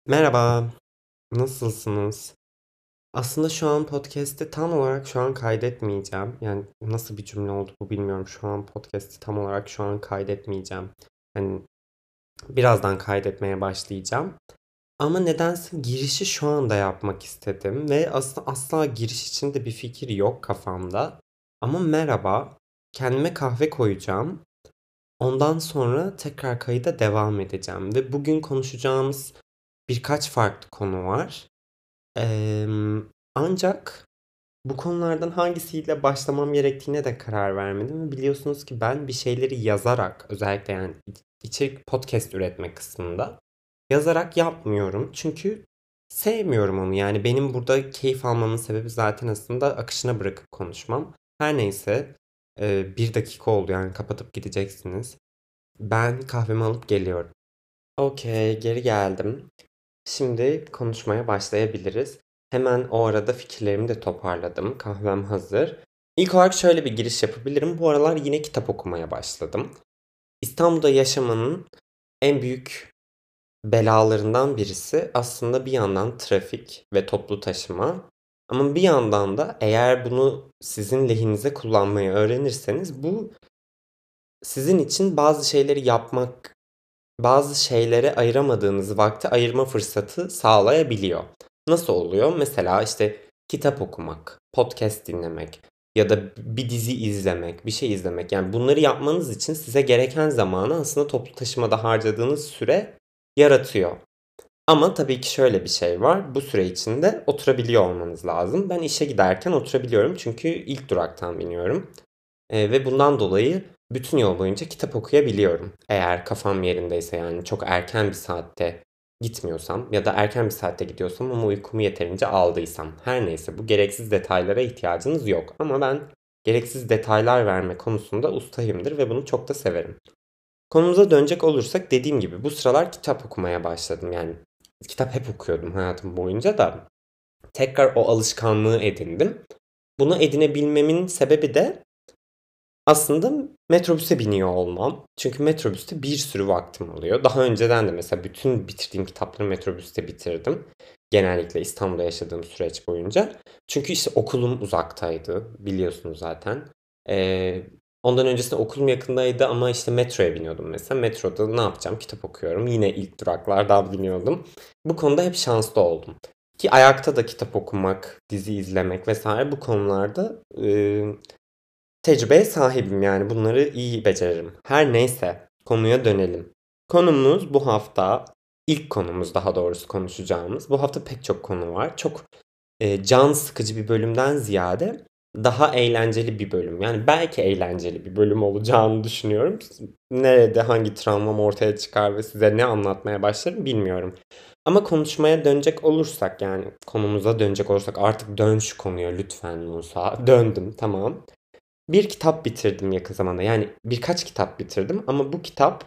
Merhaba, nasılsınız? Aslında şu an podcast'i tam olarak şu an kaydetmeyeceğim. Yani nasıl bir cümle oldu bu bilmiyorum. Şu an podcast'i tam olarak şu an kaydetmeyeceğim. Hani birazdan kaydetmeye başlayacağım. Ama nedense girişi şu anda yapmak istedim ve aslında asla giriş için de bir fikir yok kafamda. Ama merhaba, kendime kahve koyacağım. Ondan sonra tekrar kayıda devam edeceğim ve bugün konuşacağımız birkaç farklı konu var. Emm, Ancak bu konulardan hangisiyle başlamam gerektiğine de karar vermedim ve biliyorsunuz ki ben bir şeyleri yazarak özellikle yani içerik podcast üretme kısmında yazarak yapmıyorum. Çünkü sevmiyorum onu. Yani benim burada keyif almamın sebebi zaten aslında akışına bırakıp konuşmam. Her neyse, 1 dakika oldu yani kapatıp gideceksiniz. Ben kahvemi alıp geliyorum. Okay, geri geldim. Şimdi konuşmaya başlayabiliriz. Hemen o arada fikirlerimi de toparladım. Kahvem hazır. İlk olarak şöyle bir giriş yapabilirim. Bu aralar yine kitap okumaya başladım. İstanbul'da yaşamanın en büyük belalarından birisi aslında bir yandan trafik ve toplu taşıma. Ama bir yandan da eğer bunu sizin lehinize kullanmayı öğrenirseniz bu sizin için bazı şeyleri yapmak, bazı şeylere ayıramadığınız vakti ayırma fırsatı sağlayabiliyor. Nasıl oluyor? Mesela işte kitap okumak, podcast dinlemek ya da bir dizi izlemek, bir şey izlemek. Yani bunları yapmanız için size gereken zamanı aslında toplu taşımada harcadığınız süre yaratıyor. Ama tabii ki şöyle bir şey var. Bu süre içinde oturabiliyor olmanız lazım. Ben işe giderken oturabiliyorum çünkü ilk duraktan biniyorum. Ve bundan dolayı bütün yol boyunca kitap okuyabiliyorum. Eğer kafam yerindeyse yani çok erken bir saatte gitmiyorsam ya da erken bir saatte gidiyorsam ama uykumu yeterince aldıysam. Her neyse bu gereksiz detaylara ihtiyacınız yok. Ama ben gereksiz detaylar verme konusunda ustayımdır ve bunu çok da severim. Konumuza dönecek olursak dediğim gibi bu sıralar kitap okumaya başladım. Yani kitap hep okuyordum hayatım boyunca da tekrar o alışkanlığı edindim. Bunu edinebilmemin sebebi de aslında metrobüse biniyor olmam. Çünkü metrobüste bir sürü vaktim oluyor. Daha önceden de mesela bütün bitirdiğim kitapları metrobüste bitirdim. Genellikle İstanbul'da yaşadığım süreç boyunca. Çünkü işte okulum uzaktaydı biliyorsunuz zaten. Ee, Ondan öncesinde okulum yakındaydı ama işte metroya biniyordum mesela. Metroda ne yapacağım? Kitap okuyorum. Yine ilk duraklardan biniyordum. Bu konuda hep şanslı oldum. Ki ayakta da kitap okumak, dizi izlemek vesaire bu konularda tecrübeye sahibim yani bunları iyi beceririm. Her neyse konuya dönelim. Konumuz bu hafta ilk konumuz daha doğrusu konuşacağımız. Bu hafta pek çok konu var. Çok can sıkıcı bir bölümden ziyade daha eğlenceli bir bölüm. Yani belki eğlenceli bir bölüm olacağını düşünüyorum. Nerede hangi travmam ortaya çıkar ve size ne anlatmaya başlarım bilmiyorum. Ama konuşmaya dönecek olursak yani konumuza dönecek olursak artık dön şu konuya lütfen Musa. Döndüm tamam. Bir kitap bitirdim yakın zamanda. Yani birkaç kitap bitirdim ama bu kitap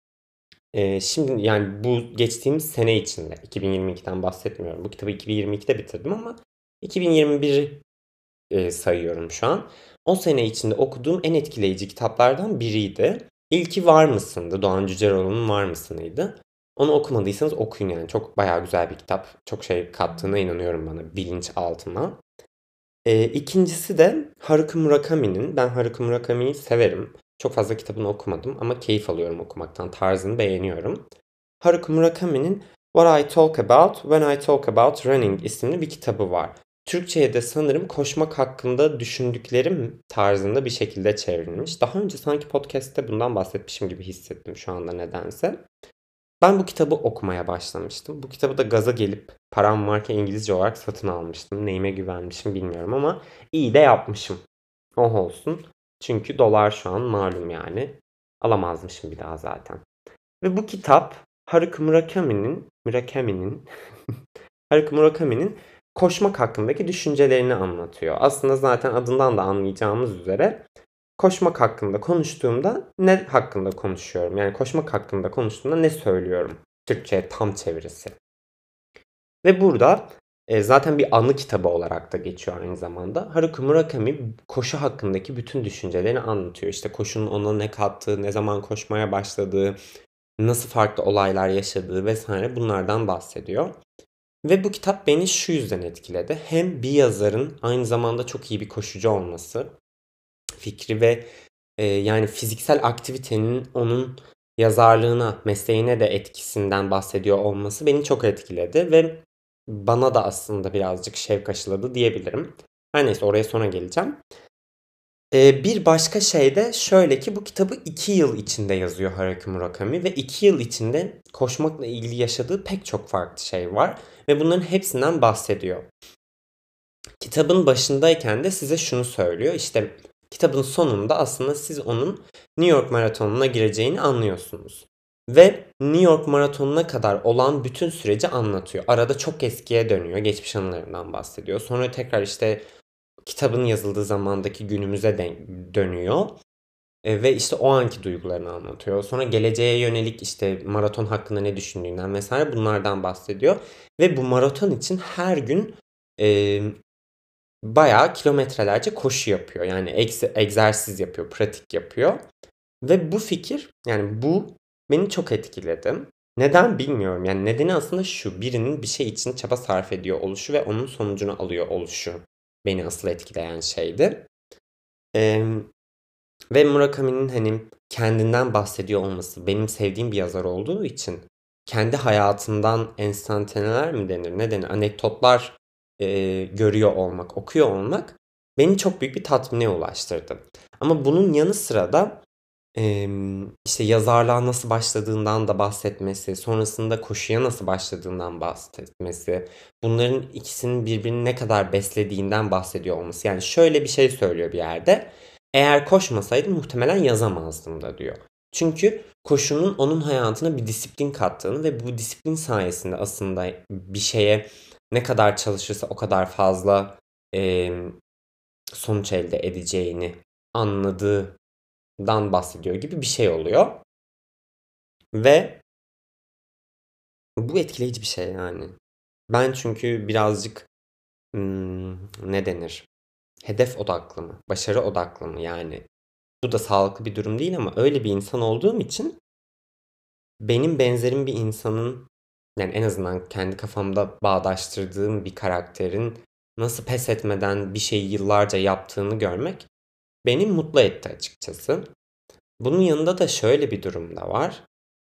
şimdi yani bu geçtiğimiz sene içinde 2022'den bahsetmiyorum. Bu kitabı 2022'de bitirdim ama 2021 sayıyorum şu an. O sene içinde okuduğum en etkileyici kitaplardan biriydi. İlki Var mısın'dı. Doğan Cüceloğlu'nun Var mısın'ıydı. Onu okumadıysanız okuyun yani. Çok bayağı güzel bir kitap. Çok şey kattığına inanıyorum bana bilinçaltıma. İkincisi de Haruki Murakami'nin. Ben Haruki Murakami'yi severim. Çok fazla kitabını okumadım ama keyif alıyorum okumaktan. Tarzını beğeniyorum. Haruki Murakami'nin What I Talk About When I Talk About Running isimli bir kitabı var. Türkçe'ye de sanırım koşmak hakkında düşündüklerim tarzında bir şekilde çevrilmiş. Daha önce sanki podcast'te bundan bahsetmişim gibi hissettim şu anda nedense. Ben bu kitabı okumaya başlamıştım. Bu kitabı da gaza gelip param varken İngilizce olarak satın almıştım. Neyime güvenmişim bilmiyorum ama iyi de yapmışım. Oh olsun. Çünkü dolar şu an malum yani. Alamazmışım bir daha zaten. Ve bu kitap Haruki Murakami'nin Haruki Murakami'nin koşmak hakkındaki düşüncelerini anlatıyor. Aslında zaten adından da anlayacağımız üzere koşmak hakkında konuştuğumda ne hakkında konuşuyorum? Yani koşmak hakkında konuştuğumda ne söylüyorum? Türkçe'ye tam çevirisi. Ve burada zaten bir anı kitabı olarak da geçiyor aynı zamanda. Haruki Murakami koşu hakkındaki bütün düşüncelerini anlatıyor. İşte koşunun ona ne kattığı, ne zaman koşmaya başladığı, nasıl farklı olaylar yaşadığı vesaire bunlardan bahsediyor. Ve bu kitap beni şu yüzden etkiledi. Hem bir yazarın aynı zamanda çok iyi bir koşucu olması fikri ve yani fiziksel aktivitenin onun yazarlığına, mesleğine de etkisinden bahsediyor olması beni çok etkiledi ve bana da aslında birazcık şevk aşıladı diyebilirim. Her neyse oraya sonra geleceğim. Bir başka şey de şöyle ki bu kitabı 2 yıl içinde yazıyor Haruki Murakami ve 2 yıl içinde koşmakla ilgili yaşadığı pek çok farklı şey var ve bunların hepsinden bahsediyor. Kitabın başındayken de size şunu söylüyor. İşte kitabın sonunda aslında siz onun New York Maratonu'na gireceğini anlıyorsunuz. Ve New York Maratonu'na kadar olan bütün süreci anlatıyor. Arada çok eskiye dönüyor. Geçmiş anılarından bahsediyor. Sonra tekrar işte kitabın yazıldığı zamandaki günümüze dönüyor. Ve işte o anki duygularını anlatıyor. Sonra geleceğe yönelik işte maraton hakkında ne düşündüğünden vesaire bunlardan bahsediyor. Ve bu maraton için her gün e, bayağı kilometrelerce koşu yapıyor. Yani egzersiz yapıyor, pratik yapıyor. Ve bu fikir yani bu beni çok etkiledi. Neden bilmiyorum. Yani nedeni aslında şu. Birinin bir şey için çaba sarf ediyor oluşu ve onun sonucunu alıyor oluşu beni asıl etkileyen şeydi. Ee, Ve Murakami'nin hani kendinden bahsediyor olması benim sevdiğim bir yazar olduğu için kendi hayatından enstantaneler mi denir ne denir anekdotlar görüyor olmak, okuyor olmak beni çok büyük bir tatmine ulaştırdı. Ama bunun yanı sıra da işte yazarlığa nasıl başladığından da bahsetmesi, sonrasında koşuya nasıl başladığından bahsetmesi, bunların ikisinin birbirini ne kadar beslediğinden bahsediyor olması. Yani şöyle bir şey söylüyor bir yerde. Eğer koşmasaydım muhtemelen yazamazdım da diyor. Çünkü koşunun onun hayatına bir disiplin kattığını ve bu disiplin sayesinde aslında bir şeye ne kadar çalışırsa o kadar fazla sonuç elde edeceğini anladığından bahsediyor gibi bir şey oluyor. Ve bu etkileyici bir şey yani. Ben çünkü birazcık ne denir? Hedef odaklı mı? Başarı odaklı mı? Yani bu da sağlıklı bir durum değil ama öyle bir insan olduğum için benim benzerim bir insanın yani en azından kendi kafamda bağdaştırdığım bir karakterin nasıl pes etmeden bir şeyi yıllarca yaptığını görmek beni mutlu etti açıkçası. Bunun yanında da şöyle bir durum da var.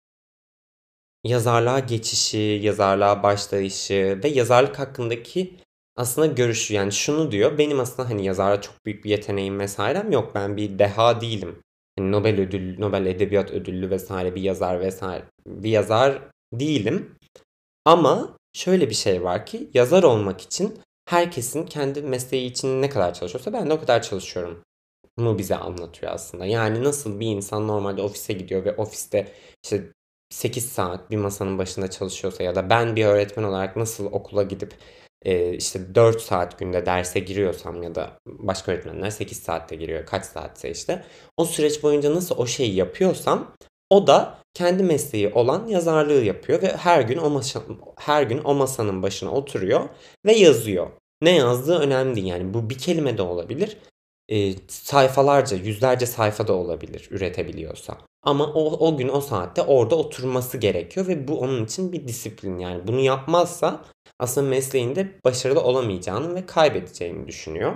Yazarlığa geçişi, yazarlığa başlayışı ve yazarlık hakkındaki aslında görüşü yani şunu diyor. Benim aslında hani yazara çok büyük bir yeteneğim vesairem yok. Ben bir deha değilim. Hani Nobel ödül, Nobel Edebiyat Ödüllü vesaire bir yazar vesaire bir yazar değilim. Ama şöyle bir şey var ki yazar olmak için herkesin kendi mesleği için ne kadar çalışıyorsa ben de o kadar çalışıyorum mu bize anlatıyor aslında. Yani nasıl bir insan normalde ofise gidiyor ve ofiste işte 8 saat bir masanın başında çalışıyorsa ya da ben bir öğretmen olarak nasıl okula gidip işte 4 saat günde derse giriyorsam ya da başka öğretmenler 8 saatte giriyor kaç saatse işte o süreç boyunca nasıl o şeyi yapıyorsam o da kendi mesleği olan yazarlığı yapıyor ve her gün o masanın başına oturuyor ve yazıyor. Ne yazdığı önemli değil yani bu bir kelime de olabilir sayfalarca, yüzlerce sayfa da olabilir üretebiliyorsa. Ama o gün o saatte orada oturması gerekiyor ve bu onun için bir disiplin. Yani bunu yapmazsa aslında mesleğinde başarılı olamayacağını ve kaybedeceğini düşünüyor.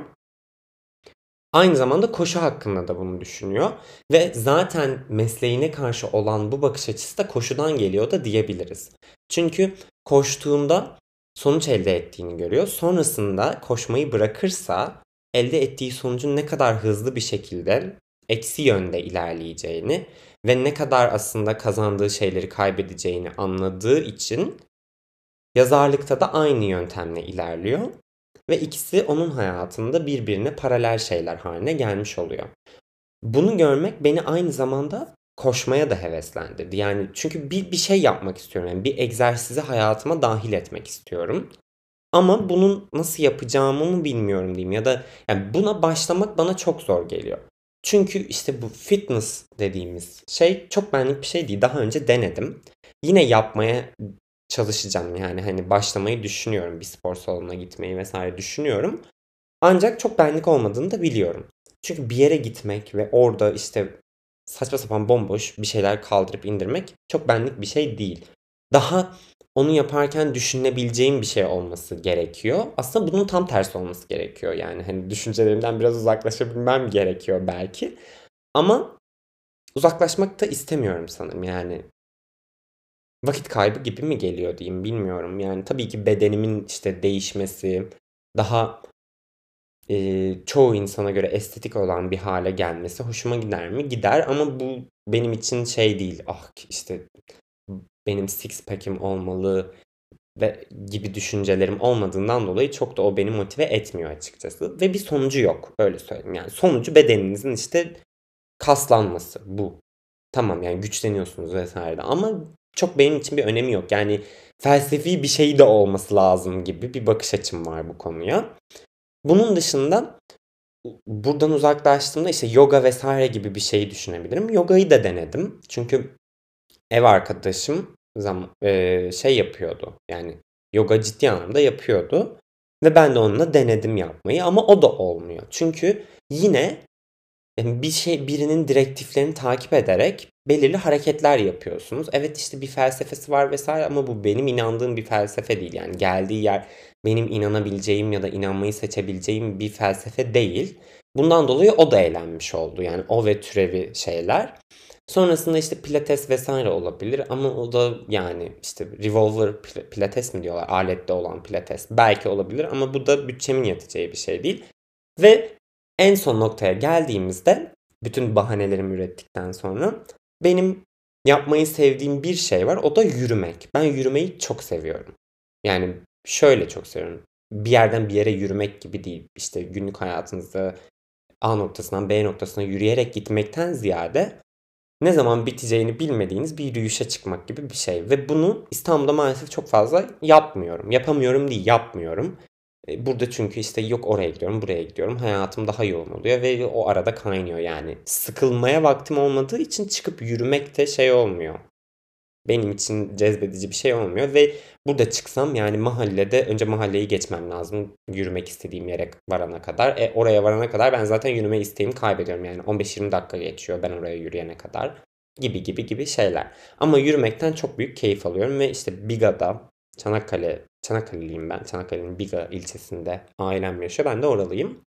Aynı zamanda koşu hakkında da bunu düşünüyor ve zaten mesleğine karşı olan bu bakış açısı da koşudan geliyor da diyebiliriz. Çünkü koştuğunda sonuç elde ettiğini görüyor. Sonrasında koşmayı bırakırsa elde ettiği sonucun ne kadar hızlı bir şekilde eksi yönde ilerleyeceğini ve ne kadar aslında kazandığı şeyleri kaybedeceğini anladığı için yazarlıkta da aynı yöntemle ilerliyor ve ikisi onun hayatında birbirine paralel şeyler haline gelmiş oluyor. Bunu görmek beni aynı zamanda koşmaya da heveslendirdi. Yani çünkü bir şey yapmak istiyorum. Yani bir egzersizi hayatıma dahil etmek istiyorum. Ama bunun nasıl yapacağımı mı bilmiyorum diyeyim ya da yani buna başlamak bana çok zor geliyor. Çünkü işte bu fitness dediğimiz şey çok benlik bir şey değil. Daha önce denedim. Yine yapmaya çalışacağım yani hani başlamayı düşünüyorum. Bir spor salonuna gitmeyi vesaire düşünüyorum. Ancak çok benlik olmadığını da biliyorum. Çünkü bir yere gitmek ve orada işte saçma sapan bomboş bir şeyler kaldırıp indirmek çok benlik bir şey değil. Daha onu yaparken düşünebileceğim bir şey olması gerekiyor. Aslında bunun tam tersi olması gerekiyor. Yani hani düşüncelerimden biraz uzaklaşabilmem gerekiyor belki. Ama uzaklaşmak da istemiyorum sanırım yani. Vakit kaybı gibi mi geliyor diyeyim bilmiyorum. Yani tabii ki bedenimin işte değişmesi, daha çoğu insana göre estetik olan bir hale gelmesi hoşuma gider mi? Gider ama bu benim için şey değil. Ah işte benim six pack'im olmalı ve gibi düşüncelerim olmadığından dolayı çok da o beni motive etmiyor açıkçası. Ve bir sonucu yok. Öyle söyleyeyim. Yani sonucu bedeninizin işte kaslanması bu. Tamam yani güçleniyorsunuz vesaire ama çok benim için bir önemi yok. Yani felsefi bir şey de olması lazım gibi bir bakış açım var bu konuya. Bunun dışında buradan uzaklaştığımda işte yoga vesaire gibi bir şeyi düşünebilirim. Yogayı da denedim. Çünkü ev arkadaşım şey yapıyordu. Yani yoga ciddi anlamda yapıyordu. Ve ben de onunla denedim yapmayı ama o da olmuyor. Çünkü yine bir şey birinin direktiflerini takip ederek belirli hareketler yapıyorsunuz. Evet işte bir felsefesi var vesaire ama bu benim inandığım bir felsefe değil. Yani geldiği yer benim inanabileceğim ya da inanmayı seçebileceğim bir felsefe değil. Bundan dolayı o da eğlenmiş oldu. Yani o ve türevi şeyler. Sonrasında işte pilates vesaire olabilir ama o da yani işte revolver pilates mi diyorlar alette olan pilates belki olabilir ama bu da bütçemin yeteceği bir şey değil. Ve en son noktaya geldiğimizde bütün bahanelerimi ürettikten sonra benim yapmayı sevdiğim bir şey var. O da yürümek. Ben yürümeyi çok seviyorum. Yani şöyle çok seviyorum. Bir yerden bir yere yürümek gibi değil. İşte günlük hayatınızda A noktasından B noktasına yürüyerek gitmekten ziyade ne zaman biteceğini bilmediğiniz bir yürüyüşe çıkmak gibi bir şey. Ve bunu İstanbul'da maalesef çok fazla yapmıyorum. Yapamıyorum değil, yapmıyorum. Burada çünkü işte yok oraya gidiyorum, buraya gidiyorum. Hayatım daha yoğun oluyor ve o arada kaynıyor yani. Sıkılmaya vaktim olmadığı için çıkıp yürümek de şey olmuyor. Benim için cezbedici bir şey olmuyor ve burada çıksam yani mahallede önce mahalleyi geçmem lazım yürümek istediğim yere varana kadar. Oraya varana kadar ben zaten yürüme isteğimi kaybediyorum yani 15-20 dakika geçiyor ben oraya yürüyene kadar gibi gibi gibi şeyler. Ama yürümekten çok büyük keyif alıyorum ve işte Biga'da Çanakkale'liyim ben. Çanakkale'nin Biga ilçesinde ailem yaşıyor. Ben de oralıyım.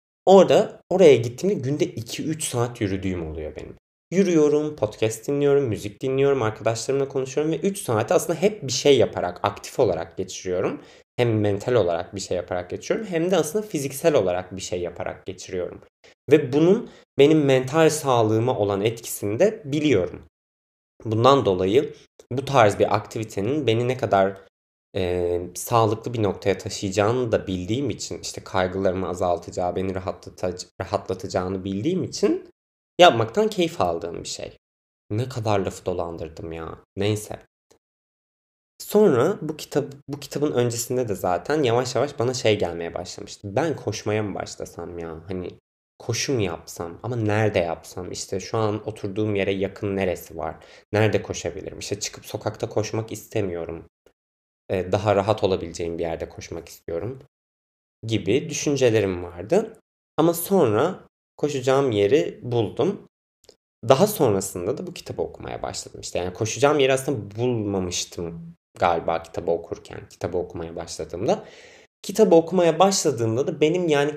Oraya gittiğimde günde 2-3 saat yürüdüğüm oluyor benim. Yürüyorum, podcast dinliyorum, müzik dinliyorum, arkadaşlarımla konuşuyorum ve 3 saati aslında hep bir şey yaparak, aktif olarak geçiriyorum. Hem mental olarak bir şey yaparak geçiriyorum hem de aslında fiziksel olarak bir şey yaparak geçiriyorum. Ve bunun benim mental sağlığıma olan etkisini de biliyorum. Bundan dolayı bu tarz bir aktivitenin beni ne kadar sağlıklı bir noktaya taşıyacağını da bildiğim için işte kaygılarımı azaltacağı, beni rahatlatacağını bildiğim için yapmaktan keyif aldığım bir şey. Ne kadar lafı dolandırdım ya. Neyse. Sonra bu kitabın öncesinde de zaten yavaş yavaş bana şey gelmeye başlamıştı. Ben koşmaya mı başlasam ya? Hani koşu mu yapsam? Ama nerede yapsam? İşte şu an oturduğum yere yakın neresi var? Nerede koşabilirim? İşte çıkıp sokakta koşmak istemiyorum. Daha rahat olabileceğim bir yerde koşmak istiyorum gibi düşüncelerim vardı. Ama sonra koşacağım yeri buldum. Daha sonrasında da bu kitabı okumaya başladım işte. Yani koşacağım yeri aslında bulmamıştım galiba kitabı okurken, kitabı okumaya başladığımda. Kitabı okumaya başladığımda da benim yani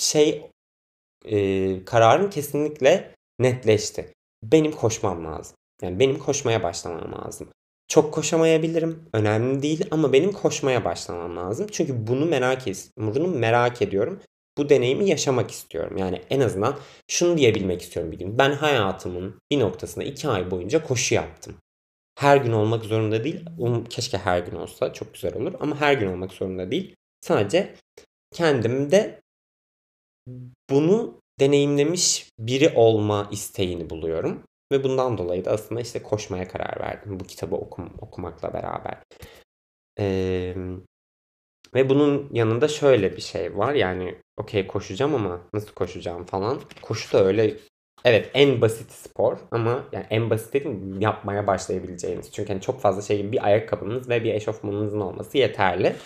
kararım kesinlikle netleşti. Benim koşmam lazım. Yani benim koşmaya başlamam lazım. Çok koşamayabilirim. Önemli değil ama benim koşmaya başlamam lazım. Çünkü bunu merak ediyorum. Bu deneyimi yaşamak istiyorum. Yani en azından şunu diyebilmek istiyorum bir gün. Ben hayatımın bir noktasında 2 ay boyunca koşu yaptım. Her gün olmak zorunda değil. Keşke her gün olsa çok güzel olur. Ama her gün olmak zorunda değil. Sadece kendimde bunu deneyimlemiş biri olma isteğini buluyorum. Ve bundan dolayı da aslında işte koşmaya karar verdim bu kitabı okumakla beraber. Ee, Ve bunun yanında şöyle bir şey var. Yani okey koşacağım ama nasıl koşacağım falan. Koşu da öyle evet en basit spor ama yani en basit dedim yapmaya başlayabileceğiniz. Çünkü hani çok fazla şey bir ayakkabınız ve bir eşofmanınızın olması yeterli.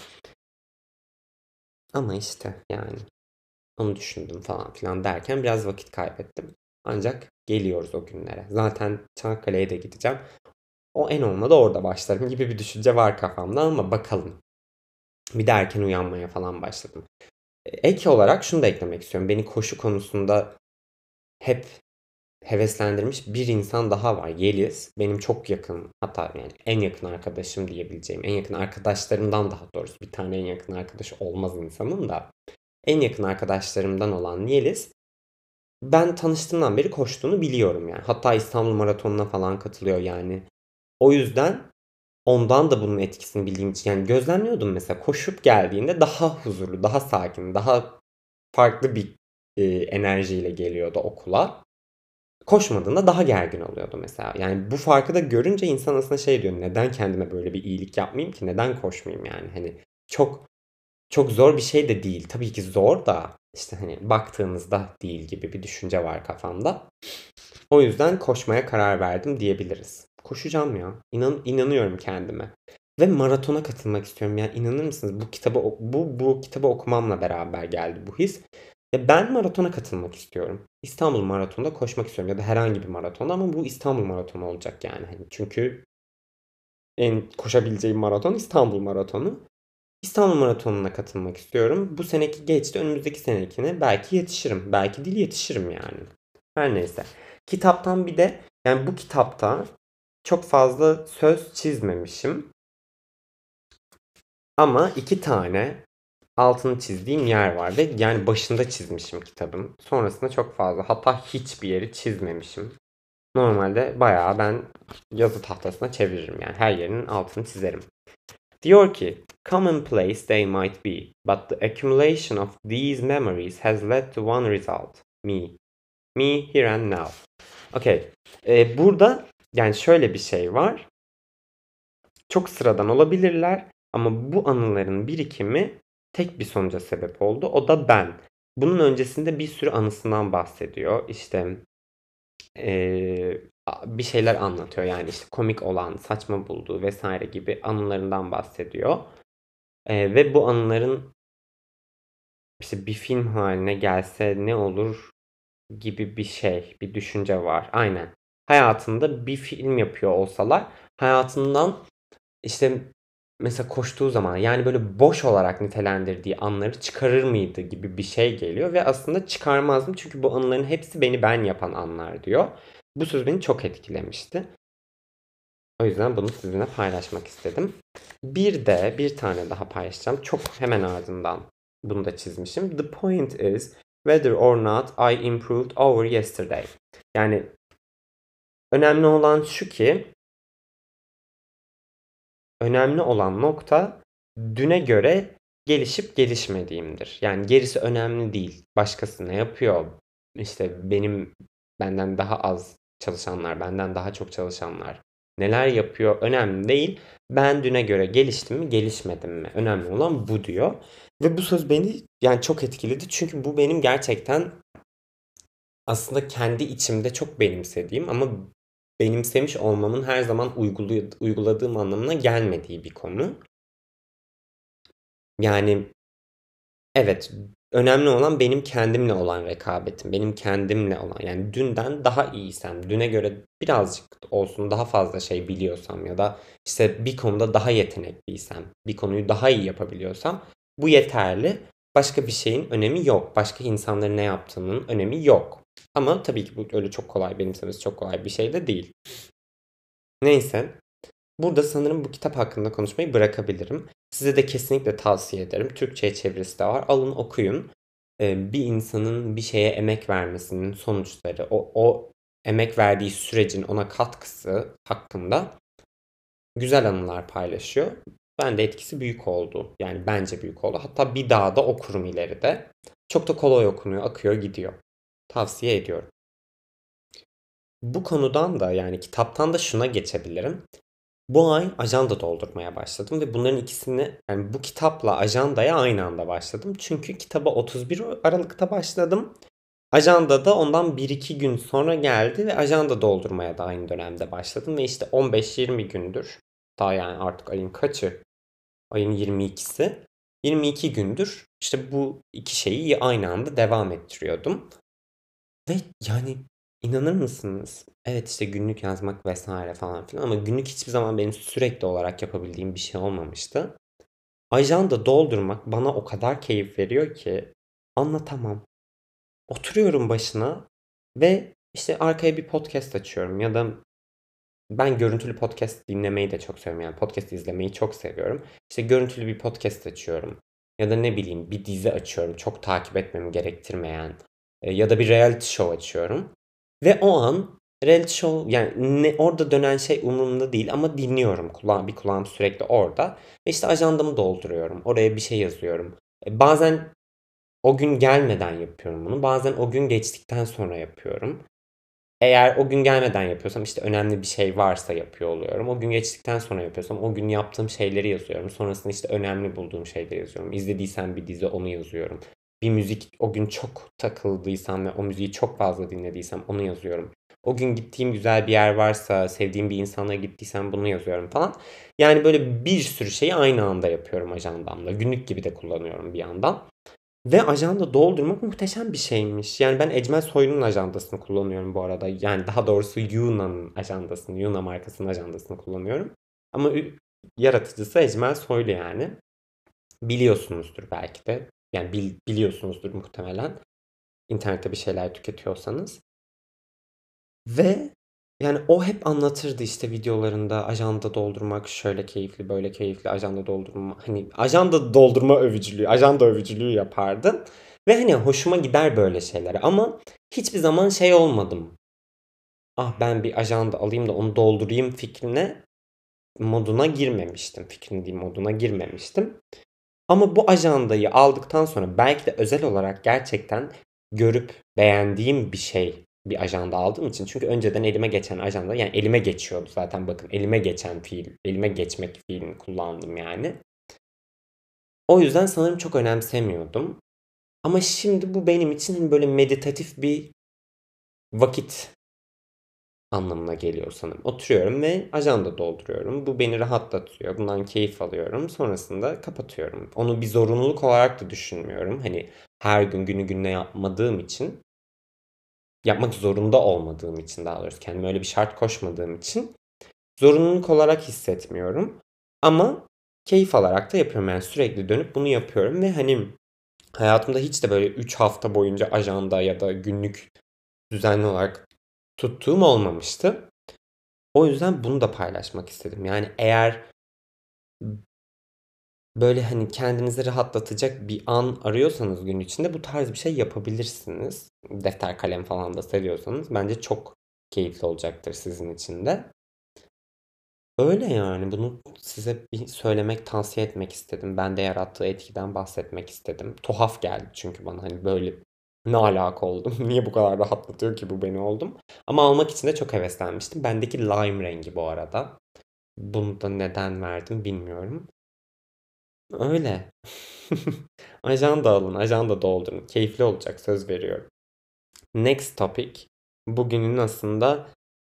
Ama işte yani onu düşündüm falan filan derken biraz vakit kaybettim. Ancak geliyoruz o günlere. Zaten Çanakkale'ye de gideceğim. O en olmadı orada başlarım gibi bir düşünce var kafamda ama bakalım. Bir de erken uyanmaya falan başladım. Ek olarak şunu da eklemek istiyorum. Beni koşu konusunda hep heveslendirmiş bir insan daha var. Yeliz. Benim çok yakın, hatta yani en yakın arkadaşım diyebileceğim. En yakın arkadaşlarımdan daha doğrusu. Bir tane en yakın arkadaş olmaz insanın da. En yakın arkadaşlarımdan olan Yeliz. Ben tanıştığımdan beri koştuğunu biliyorum yani. Hatta İstanbul Maratonu'na falan katılıyor yani. O yüzden ondan da bunun etkisini bildiğim için yani gözlemliyordum mesela koşup geldiğinde daha huzurlu, daha sakin, daha farklı bir enerjiyle geliyordu okula. Koşmadığında daha gergin oluyordu mesela. Yani bu farkı da görünce insan aslında şey diyor. Neden kendime böyle bir iyilik yapmayayım ki? Neden koşmayayım yani? Hani çok çok zor bir şey de değil. Tabii ki zor da işte hani baktığınızda değil gibi bir düşünce var kafamda. O yüzden koşmaya karar verdim diyebiliriz. Koşacağım ya. İnanıyorum kendime. Ve maratona katılmak istiyorum. Yani inanır mısınız? Bu kitabı okumamla beraber geldi bu his. Ya ben maratona katılmak istiyorum. İstanbul Maratonu'nda koşmak istiyorum ya da herhangi bir maraton ama bu İstanbul Maratonu olacak yani. Hani çünkü en koşabileceğim maraton İstanbul Maratonu. İstanbul Maratonu'na katılmak istiyorum. Bu seneki geçti. Önümüzdeki senekine belki yetişirim. Belki değil yetişirim yani. Her neyse. Kitaptan bir de yani bu kitapta çok fazla söz çizmemişim. Ama iki tane altını çizdiğim yer var ve yani başında çizmişim kitabın. Sonrasında çok fazla hatta hiçbir yeri çizmemişim. Normalde bayağı ben yazı tahtasına çeviririm yani her yerinin altını çizerim. Diyor ki, commonplace they might be, but the accumulation of these memories has led to one result. Me. Me here and now. Okay. Burada yani şöyle bir şey var. Çok sıradan olabilirler ama bu anıların birikimi tek bir sonuca sebep oldu. O da ben. Bunun öncesinde bir sürü anısından bahsediyor. İşte ee, bir şeyler anlatıyor. Yani işte komik olan, saçma bulduğu vesaire gibi anılarından bahsediyor. Ve bu anıların işte bir film haline gelse ne olur gibi bir şey, bir düşünce var. Aynen. Hayatında bir film yapıyor olsalar hayatından işte mesela koştuğu zaman yani böyle boş olarak nitelendirdiği anları çıkarır mıydı gibi bir şey geliyor ve aslında çıkarmazdım çünkü bu anıların hepsi beni ben yapan anlar diyor. Bu söz beni çok etkilemişti. O yüzden bunu sizinle paylaşmak istedim. Bir tane daha paylaşacağım. Çok hemen ardından bunu da çizmişim. The point is whether or not I improved over yesterday. Yani önemli olan şu ki önemli olan nokta düne göre gelişip gelişmediğimdir. Yani gerisi önemli değil. Başkası ne yapıyor? İşte benden daha az çalışanlar, benden daha çok çalışanlar neler yapıyor önemli değil. Ben düne göre geliştim mi, gelişmedim mi? Önemli olan bu diyor. Ve bu söz beni yani çok etkiledi. Çünkü bu benim gerçekten aslında kendi içimde çok benimsediğim ama benimsemiş olmamın her zaman uyguladığım anlamına gelmediği bir konu. Yani evet, önemli olan benim kendimle olan rekabetim, benim kendimle olan yani dünden daha iyiysem, düne göre birazcık olsun daha fazla şey biliyorsam ya da işte bir konuda daha yetenekliysem, bir konuyu daha iyi yapabiliyorsam bu yeterli. Başka bir şeyin önemi yok. Başka insanların ne yaptığının önemi yok. Ama tabii ki bu öyle çok kolay benimsemesi çok kolay bir şey de değil. Neyse. Burada sanırım bu kitap hakkında konuşmayı bırakabilirim. Size de kesinlikle tavsiye ederim. Türkçe'ye çevirisi de var. Alın okuyun. Bir insanın bir şeye emek vermesinin sonuçları, o emek verdiği sürecin ona katkısı hakkında güzel anılar paylaşıyor. Ben de etkisi büyük oldu. Yani bence büyük oldu. Hatta bir daha da okurum ileride. Çok da kolay okunuyor, akıyor, gidiyor. Tavsiye ediyorum. Bu konudan da yani kitaptan da şuna geçebilirim. Bu ay ajanda doldurmaya başladım ve bunların ikisini yani bu kitapla ajandaya aynı anda başladım. Çünkü kitaba 31 Aralık'ta başladım. Ajanda da ondan 1-2 gün sonra geldi ve ajanda doldurmaya da aynı dönemde başladım. Ve işte 15-20 gündür daha yani artık ayın kaçı? Ayın 22'si. 22 gündür işte bu iki şeyi aynı anda devam ettiriyordum. Ve yani İnanır mısınız? Evet işte günlük yazmak vesaire falan filan ama günlük hiçbir zaman benim sürekli olarak yapabildiğim bir şey olmamıştı. Ajanda doldurmak bana o kadar keyif veriyor ki anlatamam. Oturuyorum başına ve işte arkaya bir podcast açıyorum ya da ben görüntülü podcast dinlemeyi de çok seviyorum. Yani podcast izlemeyi çok seviyorum. İşte görüntülü bir podcast açıyorum. Ya da ne bileyim bir dizi açıyorum. Çok takip etmemi gerektirmeyen. Ya da bir reality show açıyorum. Ve o an reality show yani orada dönen şey umurumda değil ama dinliyorum. Bir kulağım sürekli orada. Ve işte ajandamı dolduruyorum. Oraya bir şey yazıyorum. Bazen o gün gelmeden yapıyorum bunu. Bazen o gün geçtikten sonra yapıyorum. Eğer o gün gelmeden yapıyorsam işte önemli bir şey varsa yapıyor oluyorum. O gün geçtikten sonra yapıyorsam o gün yaptığım şeyleri yazıyorum. Sonrasında işte önemli bulduğum şeyleri yazıyorum. İzlediysem bir dizi onu yazıyorum. Bir müzik o gün çok takıldıysam ve o müziği çok fazla dinlediysem onu yazıyorum. O gün gittiğim güzel bir yer varsa, sevdiğim bir insana gittiysem bunu yazıyorum falan. Yani böyle bir sürü şeyi aynı anda yapıyorum ajandamda. Günlük gibi de kullanıyorum bir yandan. Ve ajanda doldurmak muhteşem bir şeymiş. Yani ben Ecmel Soylu'nun ajandasını kullanıyorum bu arada. Yani daha doğrusu Yuna'nın ajandasını, Yuna markasının ajandasını kullanıyorum. Ama yaratıcısı Ecmel Soylu yani. Biliyorsunuzdur belki de. Yani biliyorsunuzdur muhtemelen. İnternette bir şeyler tüketiyorsanız. Ve yani o hep anlatırdı işte videolarında ajanda doldurmak şöyle keyifli, böyle keyifli, ajanda doldurma. Hani ajanda doldurma övücülüğü, ajanda övücülüğü yapardı. Ve hani hoşuma gider böyle şeyler ama hiçbir zaman şey olmadım. Ah ben bir ajanda alayım da onu doldurayım moduna girmemiştim. Fikrine değil moduna girmemiştim. Ama bu ajandayı aldıktan sonra belki de özel olarak gerçekten görüp beğendiğim bir ajanda aldığım için. Çünkü önceden elime geçen ajanda yani elime geçiyordu zaten bakın elime geçen fiil, elime geçmek fiilini kullandım yani. O yüzden sanırım çok önemsemiyordum. Ama şimdi bu benim için hani böyle meditatif bir vakit anlamına geliyor sanırım. Oturuyorum ve ajanda dolduruyorum. Bu beni rahatlatıyor. Bundan keyif alıyorum. Sonrasında kapatıyorum. Onu bir zorunluluk olarak da düşünmüyorum. Hani her gün günü gününe yapmadığım için, yapmak zorunda olmadığım için daha doğrusu kendime öyle bir şart koşmadığım için zorunluluk olarak hissetmiyorum. Ama keyif alarak da yapıyorum. Yani sürekli dönüp bunu yapıyorum ve hani hayatımda hiç de böyle 3 hafta boyunca ajanda ya da günlük düzenli olarak tuttuğum olmamıştı. O yüzden bunu da paylaşmak istedim. Yani eğer böyle hani kendinizi rahatlatacak bir an arıyorsanız gün içinde bu tarz bir şey yapabilirsiniz. Defter kalem falan da seviyorsanız bence çok keyifli olacaktır sizin için de. Öyle yani bunu size bir söylemek, tavsiye etmek istedim. Bende yarattığı etkiden bahsetmek istedim. Tuhaf geldi çünkü bana hani böyle ne alaka oldum? Niye bu kadar rahatlatıyor ki bu beni oldum? Ama almak için de çok heveslenmiştim. Bendeki lime rengi bu arada. Bunu da neden verdim bilmiyorum. Öyle. Ajanda alın, ajanda doldurun. Keyifli olacak söz veriyorum. Next topic. Bugünün aslında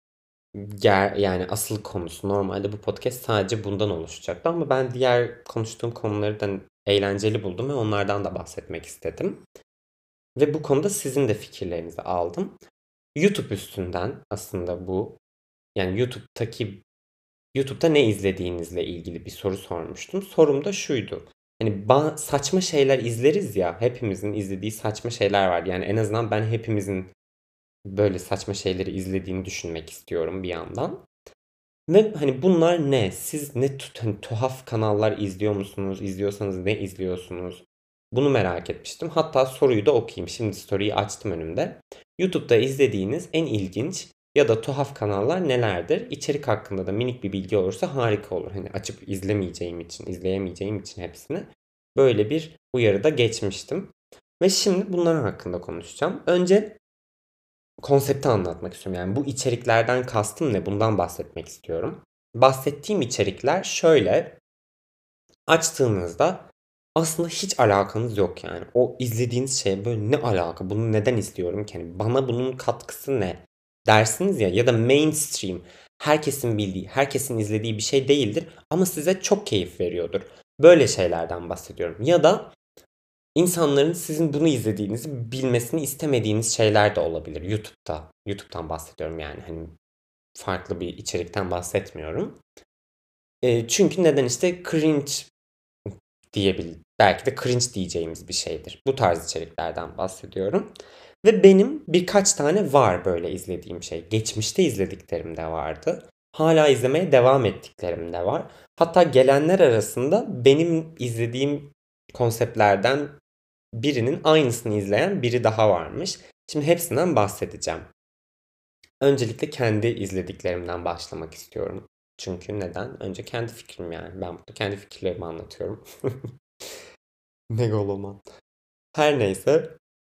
yani asıl konusu. Normalde bu podcast sadece bundan oluşacaktı ama ben diğer konuştuğum konuları da eğlenceli buldum ve onlardan da bahsetmek istedim. Ve bu konuda sizin de fikirlerinizi aldım. YouTube üstünden aslında bu. Yani YouTube'da ne izlediğinizle ilgili bir soru sormuştum. Sorum da şuydu. Hani saçma şeyler izleriz ya. Hepimizin izlediği saçma şeyler var. Yani en azından ben hepimizin böyle saçma şeyleri izlediğini düşünmek istiyorum bir yandan. Ve hani bunlar ne? Siz hani tuhaf kanallar izliyor musunuz? İzliyorsanız ne izliyorsunuz? Bunu merak etmiştim. Hatta soruyu da okuyayım. Şimdi story'yi açtım önümde. YouTube'da izlediğiniz en ilginç ya da tuhaf kanallar nelerdir? İçerik hakkında da minik bir bilgi olursa harika olur. Hani açıp izleyemeyeceğim için hepsini. Böyle bir uyarıda geçmiştim. Ve şimdi bunların hakkında konuşacağım. Önce konsepti anlatmak istiyorum. Yani bu içeriklerden kastım ne? Bundan bahsetmek istiyorum. Bahsettiğim içerikler şöyle. Açtığınızda aslında hiç alakanız yok yani. O izlediğiniz şey böyle ne alaka? Bunu neden izliyorum ki? Yani bana bunun katkısı ne? Dersiniz ya da mainstream herkesin bildiği, herkesin izlediği bir şey değildir ama size çok keyif veriyordur. Böyle şeylerden bahsediyorum. Ya da İnsanların sizin bunu izlediğinizi bilmesini istemediğiniz şeyler de olabilir YouTube'da. YouTube'dan bahsediyorum yani. Hani farklı bir içerikten bahsetmiyorum. Çünkü neden işte cringe belki de cringe diyeceğimiz bir şeydir. Bu tarz içeriklerden bahsediyorum. Ve benim birkaç tane var böyle izlediğim şey. Geçmişte izlediklerim de vardı. Hala izlemeye devam ettiklerim de var. Hatta gelenler arasında benim izlediğim konseptlerden birinin aynısını izleyen biri daha varmış. Şimdi hepsinden bahsedeceğim. Öncelikle kendi izlediklerimden başlamak istiyorum. Çünkü neden? Önce kendi fikrim yani. Ben burada kendi fikirlerimi anlatıyorum. Megaloman. Her neyse.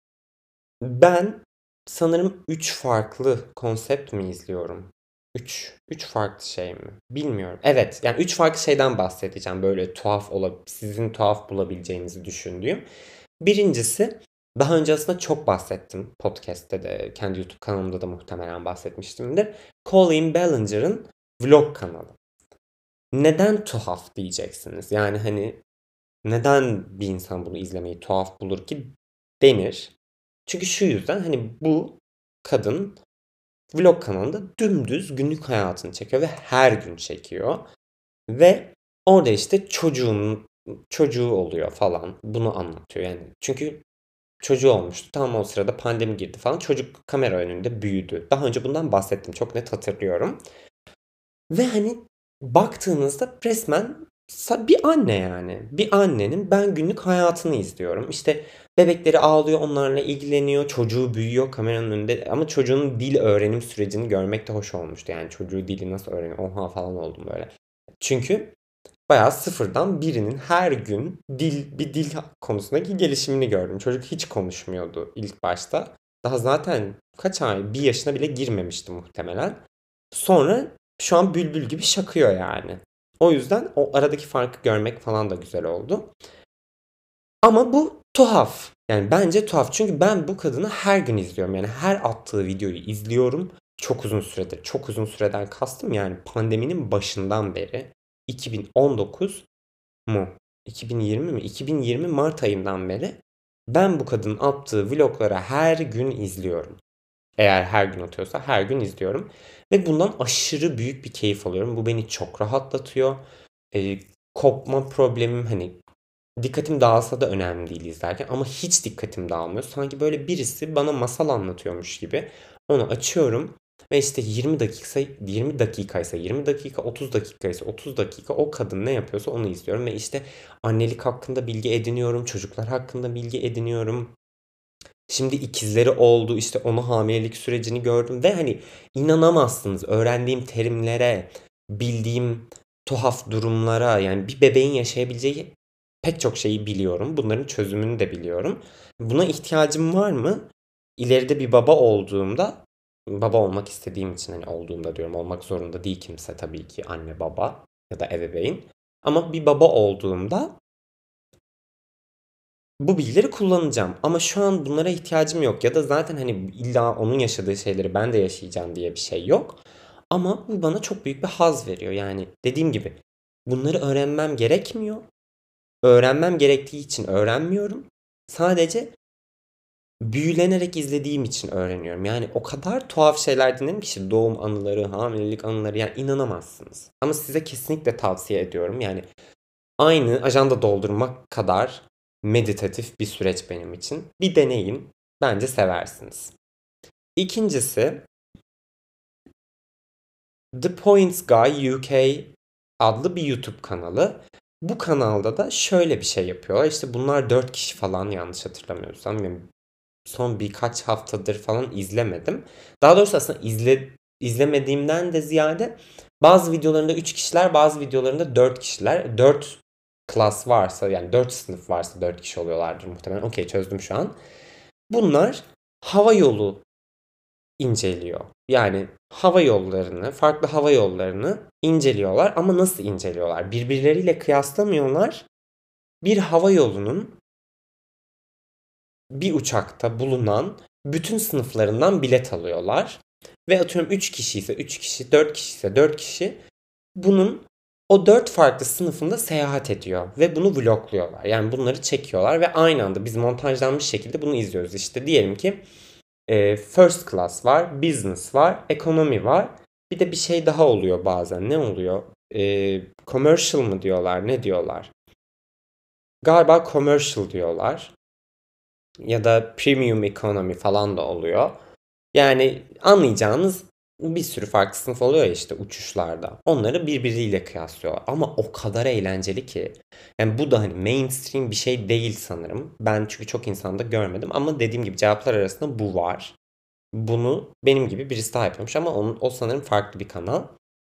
Ben sanırım 3 farklı konsept mi izliyorum? 3 farklı şey mi? Bilmiyorum. Evet, yani 3 farklı şeyden bahsedeceğim. Böyle sizin tuhaf bulabileceğinizi düşündüğüm. Birincisi, daha önce aslında çok bahsettim. Podcast'te de, kendi YouTube kanalımda da muhtemelen bahsetmiştimdir. Colin Ballinger'ın vlog kanalı. Neden tuhaf diyeceksiniz? Yani hani neden bir insan bunu izlemeyi tuhaf bulur ki denir. Çünkü şu yüzden hani bu kadın vlog kanalında dümdüz günlük hayatını çekiyor ve her gün çekiyor. Ve orada işte çocuğu oluyor falan. Bunu anlatıyor yani. Çünkü çocuğu olmuştu. Tam o sırada pandemi girdi falan. Çocuk kamera önünde büyüdü. Daha önce bundan bahsettim. Çok net hatırlıyorum. Ve hani baktığınızda resmen bir anne yani. Bir annenin ben günlük hayatını izliyorum. İşte bebekleri ağlıyor, onlarla ilgileniyor. Çocuğu büyüyor kameranın önünde. Ama çocuğun dil öğrenim sürecini görmek de hoş olmuştu. Yani çocuğu dili nasıl öğreniyor? Oha falan oldum böyle. Çünkü bayağı sıfırdan birinin her gün bir dil konusundaki gelişimini gördüm. Çocuk hiç konuşmuyordu ilk başta. Daha zaten kaç ay, bir yaşına bile girmemişti muhtemelen. Sonra şu an bülbül gibi şakıyor yani. O yüzden o aradaki farkı görmek falan da güzel oldu. Ama bu tuhaf. Yani bence tuhaf. Çünkü ben bu kadını her gün izliyorum. Yani her attığı videoyu izliyorum. Çok uzun süredir. Çok uzun süreden kastım yani pandeminin başından beri. 2019 mu? 2020 mi? 2020 Mart ayından beri ben bu kadının attığı vlogları her gün izliyorum. Eğer her gün atıyorsa her gün izliyorum. Ve bundan aşırı büyük bir keyif alıyorum. Bu beni çok rahatlatıyor. Ee, Kopma problemim hani dikkatim dağılsa da önemli değil izlerken ama hiç dikkatim dağılmıyor. Sanki böyle birisi bana masal anlatıyormuş gibi onu açıyorum ve işte 20 dakikaysa 20 dakika, 30 dakikaysa 30 dakika o kadın ne yapıyorsa onu izliyorum ve işte annelik hakkında bilgi ediniyorum, çocuklar hakkında bilgi ediniyorum. Şimdi ikizleri oldu işte onu hamilelik sürecini gördüm ve hani inanamazsınız öğrendiğim terimlere, bildiğim tuhaf durumlara yani bir bebeğin yaşayabileceği pek çok şeyi biliyorum. Bunların çözümünü de biliyorum. Buna ihtiyacım var mı? İleride bir baba olduğumda baba olmak istediğim için hani olduğumda diyorum olmak zorunda değil kimse tabii ki anne baba ya da ebeveyn. Ama bir baba olduğumda bu bilgileri kullanacağım. Ama şu an bunlara ihtiyacım yok. Ya da zaten hani illa onun yaşadığı şeyleri ben de yaşayacağım diye bir şey yok. Ama bu bana çok büyük bir haz veriyor. Yani dediğim gibi bunları öğrenmem gerekmiyor. Öğrenmem gerektiği için öğrenmiyorum. Sadece büyülenerek izlediğim için öğreniyorum. Yani o kadar tuhaf şeyler dinledim ki işte doğum anıları, hamilelik anıları yani inanamazsınız. Ama size kesinlikle tavsiye ediyorum. Yani aynı ajanda doldurmak kadar meditatif bir süreç benim için. Bir deneyin. Bence seversiniz. İkincisi The Points Guy UK adlı bir YouTube kanalı. Bu kanalda da şöyle bir şey yapıyorlar. İşte bunlar 4 kişi falan yanlış hatırlamıyorsam. Yani son birkaç haftadır falan izlemedim. Daha doğrusu aslında izlemediğimden de ziyade bazı videolarında 3 kişiler, bazı videolarında 4 kişiler. 4 klas varsa yani 4 sınıf varsa 4 kişi oluyorlardır muhtemelen. Okey çözdüm şu an. Bunlar hava yolu inceliyor. Yani hava yollarını, farklı hava yollarını inceliyorlar ama nasıl inceliyorlar? Birbirleriyle kıyaslamıyorlar. Bir hava yolunun bir uçakta bulunan bütün sınıflarından bilet alıyorlar. Ve atıyorum 3 kişi ise 3 kişi, 4 kişi ise 4 kişi bunun o 4 farklı sınıfında seyahat ediyor ve bunu vlogluyorlar. Yani bunları çekiyorlar ve aynı anda biz montajlanmış şekilde bunu izliyoruz. İşte diyelim ki First class var, business var, economy var. Bir de bir şey daha oluyor bazen. Ne oluyor? Commercial mı diyorlar, ne diyorlar? Galiba commercial diyorlar. Ya da premium economy falan da oluyor. Yani anlayacağınız bir sürü farklı sınıf oluyor ya işte uçuşlarda. Onları birbiriyle kıyaslıyorlar. Ama o kadar eğlenceli ki. Yani bu da hani mainstream bir şey değil sanırım. Ben çünkü çok insanda görmedim. Ama dediğim gibi cevaplar arasında bu var. Bunu benim gibi birisi daha yapıyormuş ama o sanırım farklı bir kanal.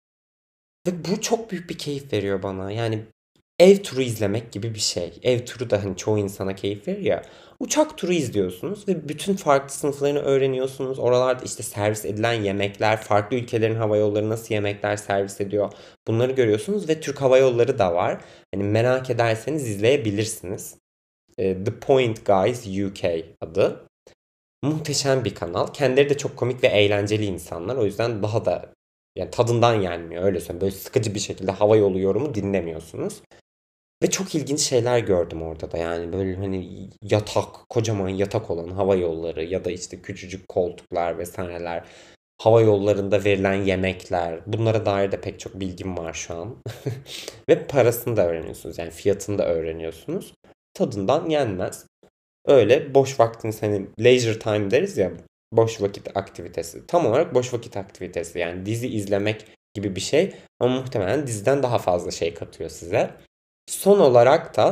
Ve bu çok büyük bir keyif veriyor bana. Yani ev turu izlemek gibi bir şey. Ev turu da hani çoğu insana keyif verir ya. Uçak turu izliyorsunuz ve bütün farklı sınıflarını öğreniyorsunuz. Oralarda işte servis edilen yemekler, farklı ülkelerin hava yolları nasıl yemekler servis ediyor. Bunları görüyorsunuz ve Türk Hava Yolları da var. Hani merak ederseniz izleyebilirsiniz. The Point Guys UK adı. Muhteşem bir kanal. Kendileri de çok komik ve eğlenceli insanlar. O yüzden daha da yani tadından yenmiyor öyle söyleyeyim. Böyle sıkıcı bir şekilde hava yolu yorumu dinlemiyorsunuz. Ve çok ilginç şeyler gördüm orada da. Yani böyle hani yatak, kocaman yatak olan hava yolları ya da işte küçücük koltuklar vesaireler. Hava yollarında verilen yemekler. Bunlara dair de pek çok bilgim var şu an. Ve parasını da öğreniyorsunuz. Yani fiyatını da öğreniyorsunuz. Tadından yenmez. Öyle boş vaktiniz hani leisure time deriz ya, boş vakit aktivitesi. Tam olarak boş vakit aktivitesi yani dizi izlemek gibi bir şey ama muhtemelen diziden daha fazla şey katıyor size. Son olarak da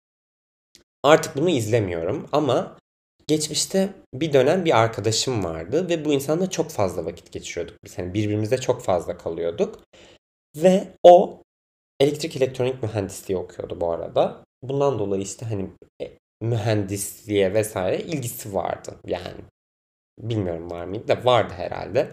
artık bunu izlemiyorum ama geçmişte bir dönem bir arkadaşım vardı ve bu insanla çok fazla vakit geçiriyorduk. Biz hani birbirimizle çok fazla kalıyorduk ve o elektrik elektronik mühendisliği okuyordu bu arada. Bundan dolayı işte hani mühendisliğe vesaire ilgisi vardı. Yani bilmiyorum var mıydı da vardı herhalde.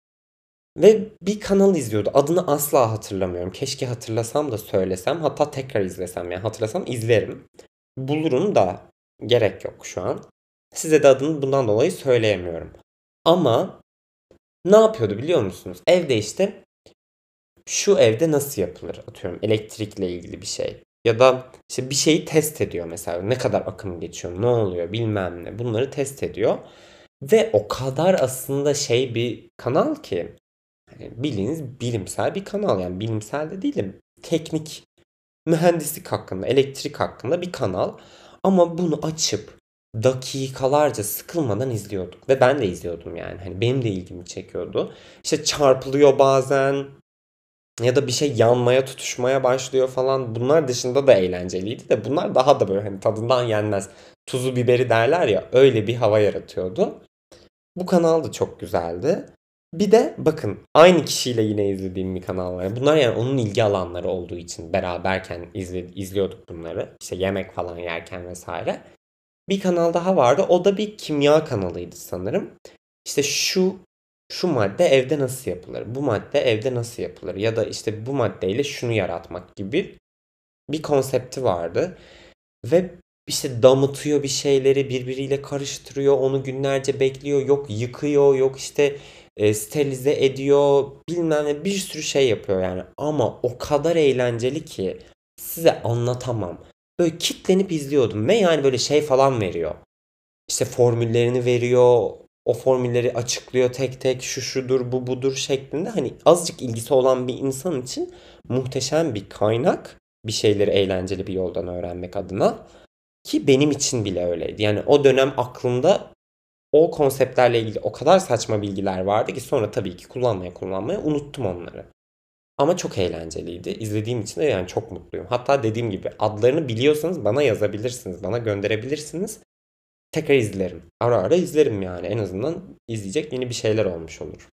Ve bir kanal izliyordu. Adını asla hatırlamıyorum. Keşke hatırlasam da söylesem. Hatta tekrar izlesem. Yani hatırlasam izlerim. Bulurum da gerek yok şu an. Size de adını bundan dolayı söyleyemiyorum. Ama ne yapıyordu biliyor musunuz? Evde işte şu evde nasıl yapılır atıyorum elektrikle ilgili bir şey. Ya da işte bir şeyi test ediyor mesela. Ne kadar akım geçiyor, ne oluyor bilmem ne. Bunları test ediyor. Ve o kadar aslında şey bir kanal ki hani bildiğiniz bilimsel bir kanal. Yani bilimsel de değil de teknik mühendislik hakkında, elektrik hakkında bir kanal. Ama bunu açıp dakikalarca sıkılmadan izliyorduk. Ve ben de izliyordum yani. Hani benim de ilgimi çekiyordu. İşte çarpılıyor bazen ya da bir şey yanmaya tutuşmaya başlıyor falan. Bunlar dışında da eğlenceliydi de bunlar daha da böyle hani tadından yenmez. Tuzu biberi derler ya öyle bir hava yaratıyordu. Bu kanal da çok güzeldi. Bir de bakın aynı kişiyle yine izlediğim bir kanal var. Bunlar yani onun ilgi alanları olduğu için beraberken izliyorduk bunları. İşte yemek falan yerken vesaire. Bir kanal daha vardı. O da bir kimya kanalıydı sanırım. İşte şu madde evde nasıl yapılır? Bu madde evde nasıl yapılır? Ya da işte bu maddeyle şunu yaratmak gibi bir konsepti vardı. Ve işte damıtıyor bir şeyleri birbiriyle karıştırıyor. Onu günlerce bekliyor. Yok yıkıyor. Yok işte sterilize ediyor. Bilmem ne bir sürü şey yapıyor yani. Ama o kadar eğlenceli ki size anlatamam. Böyle kitlenip izliyordum. Ve yani böyle şey falan veriyor. İşte formüllerini veriyor. O formülleri açıklıyor tek tek şu şudur bu budur şeklinde. Hani azıcık ilgisi olan bir insan için muhteşem bir kaynak. Bir şeyleri eğlenceli bir yoldan öğrenmek adına. Ki benim için bile öyleydi. Yani o dönem aklımda o konseptlerle ilgili o kadar saçma bilgiler vardı ki sonra tabii ki kullanmaya unuttum onları. Ama çok eğlenceliydi. İzlediğim için de yani çok mutluyum. Hatta dediğim gibi adlarını biliyorsanız bana yazabilirsiniz. Bana gönderebilirsiniz. Tekrar izlerim. Ara ara izlerim yani. En azından izleyecek yeni bir şeyler olmuş olur.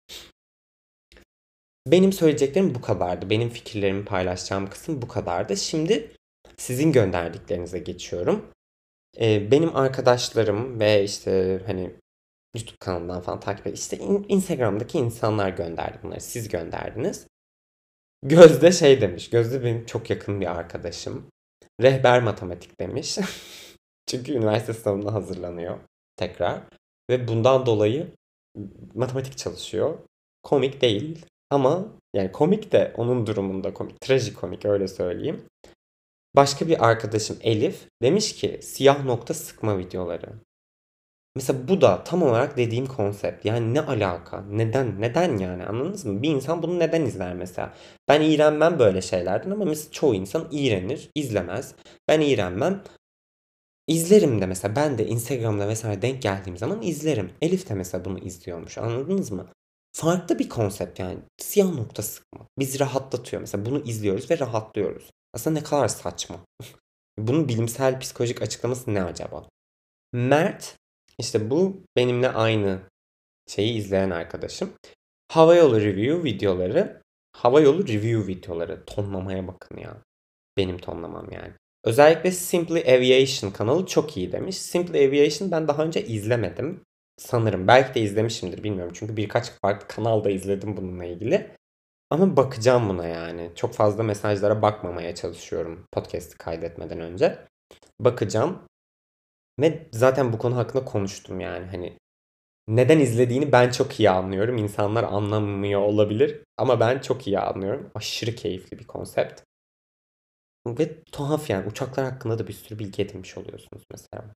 Benim söyleyeceklerim bu kadardı. Benim fikirlerimi paylaşacağım kısım bu kadardı. Şimdi sizin gönderdiklerinize geçiyorum. Benim arkadaşlarım ve işte hani YouTube kanalından falan takip et. İşte Instagram'daki insanlar gönderdi bunları. Siz gönderdiniz. Gözde şey demiş. Gözde benim çok yakın bir arkadaşım. Rehber matematik demiş. Çünkü üniversite sınavına hazırlanıyor tekrar. Ve bundan dolayı matematik çalışıyor. Komik değil ama yani komik de onun durumunda komik. Trajikomik öyle söyleyeyim. Başka bir arkadaşım Elif demiş ki siyah nokta sıkma videoları. Mesela bu da tam olarak dediğim konsept. Yani ne alaka? Neden? Neden yani? Anladınız mı? Bir insan bunu neden izler mesela? Ben iğrenmem böyle şeylerden ama mesela çoğu insan iğrenir, izlemez. Ben iğrenmem. İzlerim de mesela ben de Instagram'da vesaire denk geldiğim zaman izlerim. Elif de mesela bunu izliyormuş. Anladınız mı? Farklı bir konsept yani. Siyah nokta sıkma. Bizi rahatlatıyor. Mesela bunu izliyoruz ve rahatlıyoruz. Aslında ne kadar saçma. Bunun bilimsel psikolojik açıklaması ne acaba? Mert işte bu benimle aynı şeyi izleyen arkadaşım. Havayolu review videoları, havayolu review videoları tonlamaya bakın ya. Benim tonlamam yani. Özellikle Simply Aviation kanalı çok iyi demiş. Simply Aviation ben daha önce izlemedim. Sanırım. Belki de izlemişimdir bilmiyorum. Çünkü birkaç farklı kanalda izledim bununla ilgili. Ama bakacağım buna yani. Çok fazla mesajlara bakmamaya çalışıyorum podcast'i kaydetmeden önce. Bakacağım. Ve zaten bu konu hakkında konuştum yani. Hani neden izlediğini ben çok iyi anlıyorum. İnsanlar anlamıyor olabilir. Ama ben çok iyi anlıyorum. Aşırı keyifli bir konsept. Ve tuhaf yani. Uçaklar hakkında da bir sürü bilgi edinmiş oluyorsunuz mesela.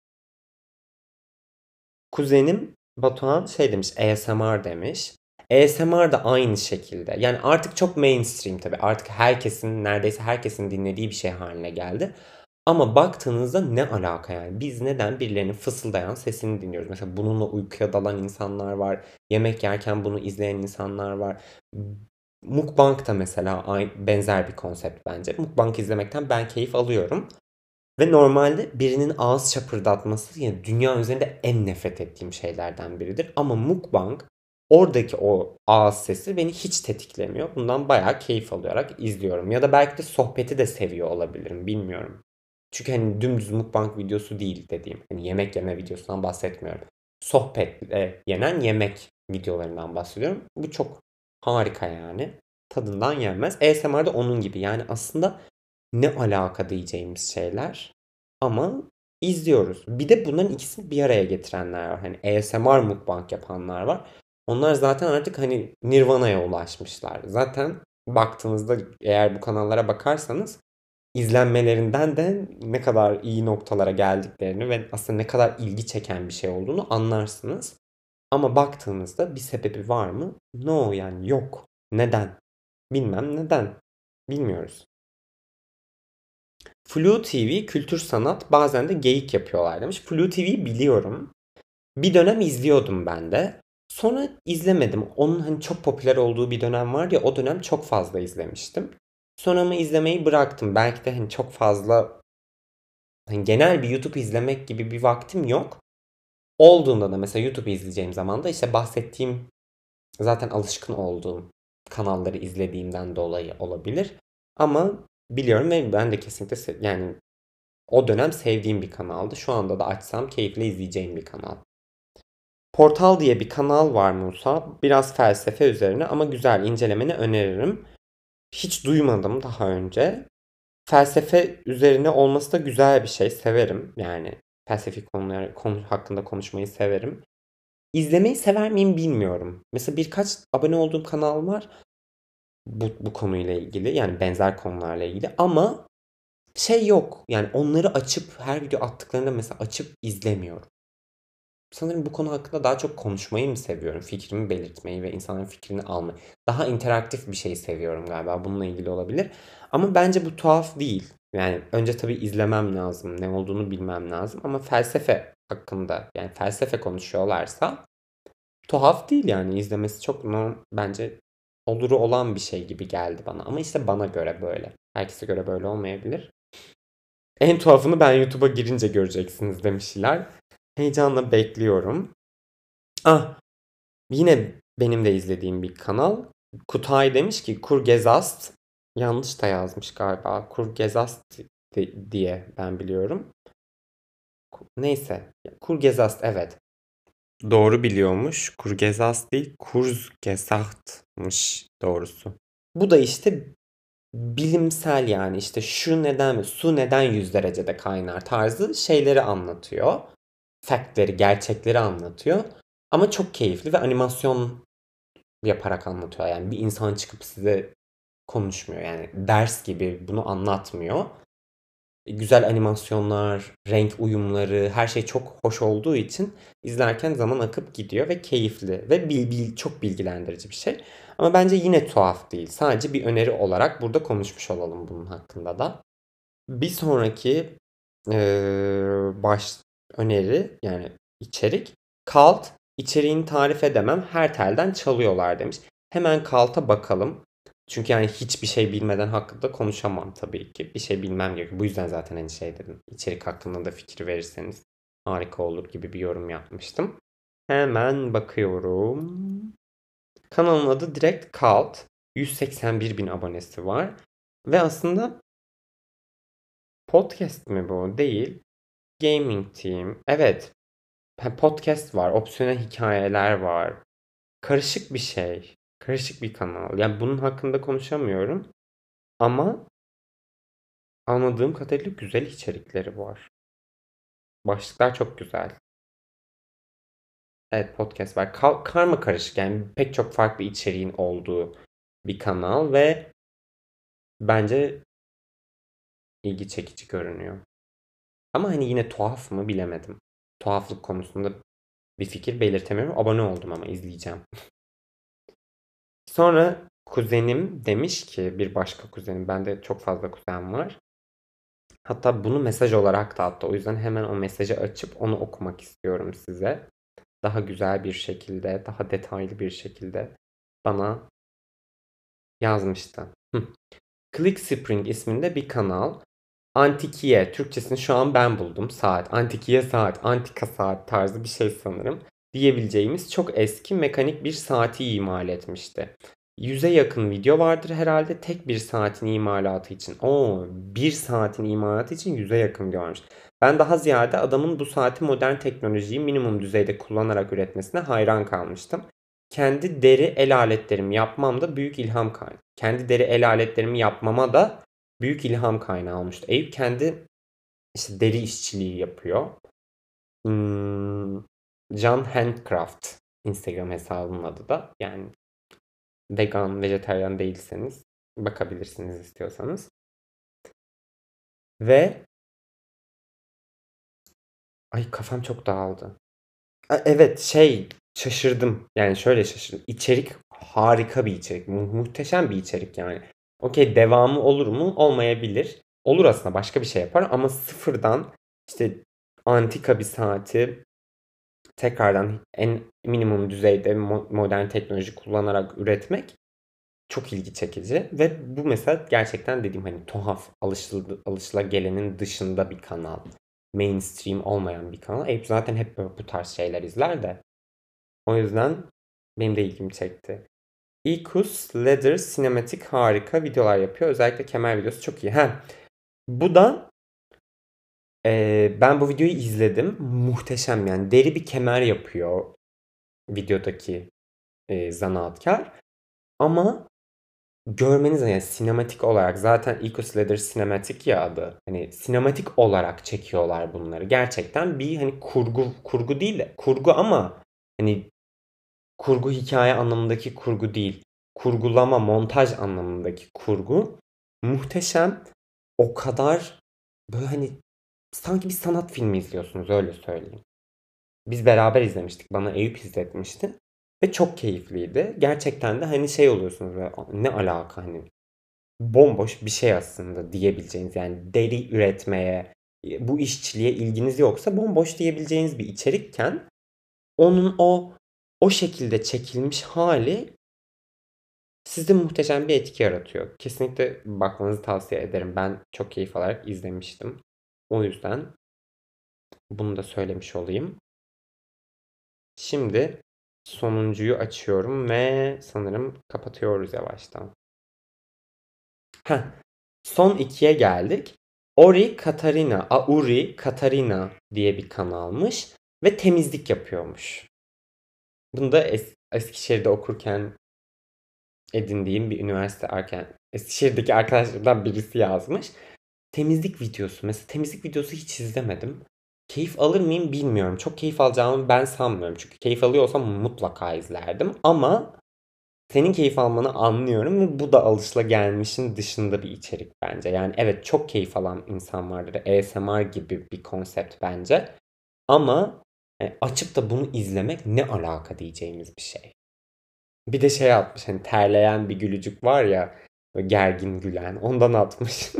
Kuzenim Batuhan şey demiş, ASMR demiş. ASMR da aynı şekilde. Yani artık çok mainstream tabii. Artık herkesin, neredeyse herkesin dinlediği bir şey haline geldi. Ama baktığınızda ne alaka yani? Biz neden birilerinin fısıldayan sesini dinliyoruz? Mesela bununla uykuya dalan insanlar var. Yemek yerken bunu izleyen insanlar var. Mukbang da mesela benzer bir konsept bence. Mukbang izlemekten ben keyif alıyorum. Ve normalde birinin ağız şapırdatması yani dünya üzerinde en nefret ettiğim şeylerden biridir. Ama mukbang oradaki o ağız sesi beni hiç tetiklemiyor. Bundan bayağı keyif alarak izliyorum. Ya da belki de sohbeti de seviyor olabilirim bilmiyorum. Çünkü hani dümdüz mukbang videosu değil dediğim. Hani yemek yeme videosundan bahsetmiyorum. Sohbetle yenen yemek videolarından bahsediyorum. Bu çok harika yani. Tadından yenmez. ASMR da onun gibi. Yani aslında ne alaka diyeceğimiz şeyler ama izliyoruz. Bir de bunların ikisini bir araya getirenler var. Hani ASMR mukbang yapanlar var. Onlar zaten artık hani Nirvana'ya ulaşmışlar. Zaten baktığınızda eğer bu kanallara bakarsanız izlenmelerinden de ne kadar iyi noktalara geldiklerini ve aslında ne kadar ilgi çeken bir şey olduğunu anlarsınız. Ama baktığınızda bir sebebi var mı? No yani yok. Neden? Bilmem neden. Bilmiyoruz. Flu TV kültür sanat bazen de geyik yapıyorlar demiş. Flu TV'yi biliyorum. Bir dönem izliyordum ben de. Sonra izlemedim. Onun hani çok popüler olduğu bir dönem var ya o dönem çok fazla izlemiştim. Sonra ama izlemeyi bıraktım. Belki de hani çok fazla hani genel bir YouTube izlemek gibi bir vaktim yok. Olduğunda da mesela YouTube izleyeceğim zaman da işte bahsettiğim zaten alışkın olduğum kanalları izlediğimden dolayı olabilir. Ama biliyorum ve ben de kesinlikle yani o dönem sevdiğim bir kanaldı. Şu anda da açsam keyifle izleyeceğim bir kanal. Portal diye bir kanal var Musa. Biraz felsefe üzerine ama güzel incelemeni öneririm. Hiç duymadım daha önce. Felsefe üzerine olması da güzel bir şey. Severim yani. Felsefi konular hakkında konuşmayı severim. İzlemeyi sever miyim bilmiyorum. Mesela birkaç abone olduğum kanal var bu konuyla ilgili. Yani benzer konularla ilgili. Ama şey yok. Yani onları açıp her video attıklarında mesela açıp izlemiyorum. Sanırım bu konu hakkında daha çok konuşmayı mı seviyorum? Fikrimi belirtmeyi ve insanların fikrini almayı. Daha interaktif bir şey seviyorum galiba. Bununla ilgili olabilir. Ama bence bu tuhaf değil. Yani önce tabii izlemem lazım. Ne olduğunu bilmem lazım. Ama felsefe hakkında yani felsefe konuşuyorlarsa tuhaf değil yani. İzlemesi çok bence oluru olan bir şey gibi geldi bana. Ama işte bana göre böyle. Herkese göre böyle olmayabilir. En tuhafını ben YouTube'a girince göreceksiniz demişler. Heyecanla bekliyorum. Ah, yine benim de izlediğim bir kanal. Kutay demiş ki Kurgezast. Yanlış da yazmış galiba. Kurgezast diye ben biliyorum. Neyse. Kurgezast evet. Doğru biliyormuş. Kurgezast değil. Kurzgesagt'mış doğrusu. Bu da işte bilimsel yani işte şu neden su neden 100 derecede kaynar tarzı şeyleri anlatıyor. Factleri, gerçekleri anlatıyor. Ama çok keyifli ve animasyon yaparak anlatıyor. Yani bir insan çıkıp size konuşmuyor. Yani ders gibi bunu anlatmıyor. Güzel animasyonlar, renk uyumları, her şey çok hoş olduğu için izlerken zaman akıp gidiyor ve keyifli ve çok bilgilendirici bir şey. Ama bence yine tuhaf değil. Sadece bir öneri olarak burada konuşmuş olalım bunun hakkında da. Bir sonraki baş öneri yani içerik Kalt. İçeriğini tarif edemem. Her telden çalıyorlar demiş. Hemen Kalt'a bakalım. Çünkü yani hiçbir şey bilmeden hakkında konuşamam tabii ki. Bir şey bilmem gerekiyor. Bu yüzden zaten hani şey dedim. İçerik hakkında da fikir verirseniz harika olur gibi bir yorum yapmıştım. Hemen bakıyorum. Kanalın adı direkt Cult. 181 bin abonesi var. Ve aslında podcast mi bu? Değil. Gaming Team. Evet. Podcast var. Opsiyonel hikayeler var. Karışık bir şey. Karışık bir kanal. Yani bunun hakkında konuşamıyorum. Ama anladığım kadarıyla güzel içerikleri var. Başlıklar çok güzel. Evet, podcast var. Karma karışık yani pek çok farklı içeriğin olduğu bir kanal ve bence ilgi çekici görünüyor. Ama hani yine tuhaf mı bilemedim. Tuhaflık konusunda bir fikir belirtemiyorum. Abone oldum ama izleyeceğim. Sonra kuzenim demiş ki bir başka kuzenim. Bende çok fazla kuzen var. Hatta bunu mesaj olarak da attı. O yüzden hemen o mesajı açıp onu okumak istiyorum size. Daha güzel bir şekilde, daha detaylı bir şekilde bana yazmıştı. ClickSpring isminde bir kanal. Antikiye, Türkçesini şu an ben buldum. Saat, Antikiye saat, Antika saat tarzı bir şey sanırım. Diyebileceğimiz çok eski mekanik bir saati imal etmişti. 100'e yakın video vardır herhalde tek bir saatin imalatı için. Bir saatin imalatı için 100'e yakın video varmış. Ben daha ziyade adamın bu saati modern teknolojiyi minimum düzeyde kullanarak üretmesine hayran kalmıştım. Kendi deri el aletlerimi yapmamda büyük ilham kaynağı. Kendi deri el aletlerimi yapmama da büyük ilham kaynağı olmuştu. Eyüp kendi işte deri işçiliği yapıyor. John Handcraft Instagram hesabının adı da. Yani vegan, vejetaryen değilseniz bakabilirsiniz istiyorsanız. Ve ay kafam çok dağıldı. Evet şaşırdım. Yani şöyle şaşırdım. İçerik harika bir içerik. Muhteşem bir içerik yani. Okey devamı olur mu? Olmayabilir. Olur aslında başka bir şey yapar ama sıfırdan işte antika bir saati tekrardan en minimum düzeyde modern teknoloji kullanarak üretmek çok ilgi çekici ve bu mesela gerçekten dediğim hani tuhaf alışılagelenin dışında bir kanal. Mainstream olmayan bir kanal. Eyüp zaten hep böyle bu tarz şeyler izler de. O yüzden benim de ilgimi çekti. Ikus Leather sinematik harika videolar yapıyor. Özellikle kemer videosu çok iyi. Bu da ben bu videoyu izledim. Muhteşem yani. Deri bir kemer yapıyor videodaki zanaatkar. Ama görmeniz yani sinematik olarak zaten Ikus Leather sinematik ya adı. Hani sinematik olarak çekiyorlar bunları. Gerçekten bir hani kurgu değil de kurgu ama hani kurgu hikaye anlamındaki kurgu değil. Kurgulama, montaj anlamındaki kurgu. Muhteşem. O kadar böyle hani sanki bir sanat filmi izliyorsunuz öyle söyleyeyim. Biz beraber izlemiştik. Bana Eyüp izletmişti. Ve çok keyifliydi. Gerçekten de hani şey oluyorsunuz böyle, ne alaka hani bomboş bir şey aslında diyebileceğiniz yani deri üretmeye bu işçiliğe ilginiz yoksa bomboş diyebileceğiniz bir içerikken onun o şekilde çekilmiş hali sizde muhteşem bir etki yaratıyor. Kesinlikle bakmanızı tavsiye ederim. Ben çok keyif alarak izlemiştim. O yüzden bunu da söylemiş olayım. Şimdi sonuncuyu açıyorum ve sanırım kapatıyoruz yavaştan. Heh, son ikiye geldik. Auri Katarina diye bir kanalmış ve temizlik yapıyormuş. Bunu da Eskişehir'de okurken edindiğim bir üniversite Eskişehir'deki arkadaşlarımdan birisi yazmış. Temizlik videosu. Mesela temizlik videosu hiç izlemedim. Keyif alır mıyım bilmiyorum. Çok keyif alacağımı ben sanmıyorum. Çünkü keyif alıyor olsam mutlaka izlerdim. Ama Senin keyif almanı anlıyorum ve bu da alışılagelmişin dışında bir içerik bence. Yani evet, çok keyif alan insan vardır. ASMR gibi bir konsept bence. Ama açıp da bunu izlemek ne alaka diyeceğimiz bir şey. Bir de şey atmış, hani terleyen bir gülücük var ya, böyle gergin gülen, ondan atmış.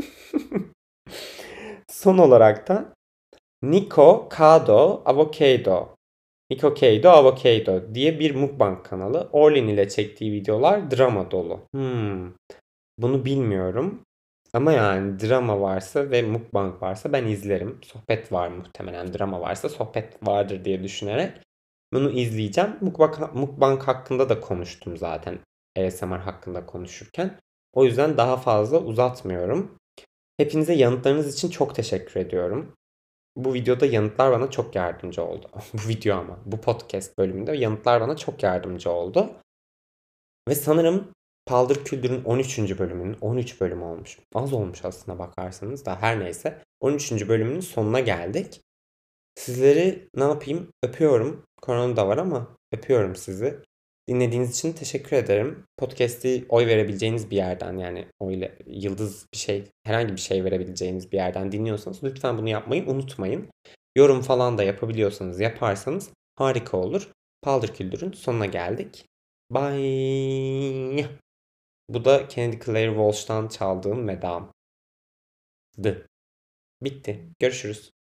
Son olarak da Nico Kado Avocado. Nico Kado Avocado diye bir mukbang kanalı. Orlin ile çektiği videolar drama dolu. Bunu bilmiyorum. Ama yani drama varsa ve mukbang varsa ben izlerim. Sohbet var muhtemelen. Drama varsa sohbet vardır diye düşünerek bunu izleyeceğim. Mukbang hakkında da konuştum zaten. ASMR hakkında konuşurken. O yüzden daha fazla uzatmıyorum. Hepinize yanıtlarınız için çok teşekkür ediyorum. Bu videoda yanıtlar bana çok yardımcı oldu. Bu video ama. Bu podcast bölümünde yanıtlar bana çok yardımcı oldu. Ve sanırım Paldır Küldür'ün 13. bölümünün 13 bölüm olmuş. Az olmuş aslına bakarsanız da her neyse. 13. bölümünün sonuna geldik. Sizleri ne yapayım? Öpüyorum. Korona da var ama öpüyorum sizi. Dinlediğiniz için teşekkür ederim. Podcast'i oy verebileceğiniz bir yerden, yani oyla yıldız bir şey, herhangi bir şey verebileceğiniz bir yerden dinliyorsanız lütfen bunu yapmayı unutmayın. Yorum falan da yapabiliyorsanız, yaparsanız harika olur. Paldır Küldür'ün sonuna geldik. Bye. Bu da Candy Claire Walsh'tan çaldığım vedamdı. Bitti. Görüşürüz.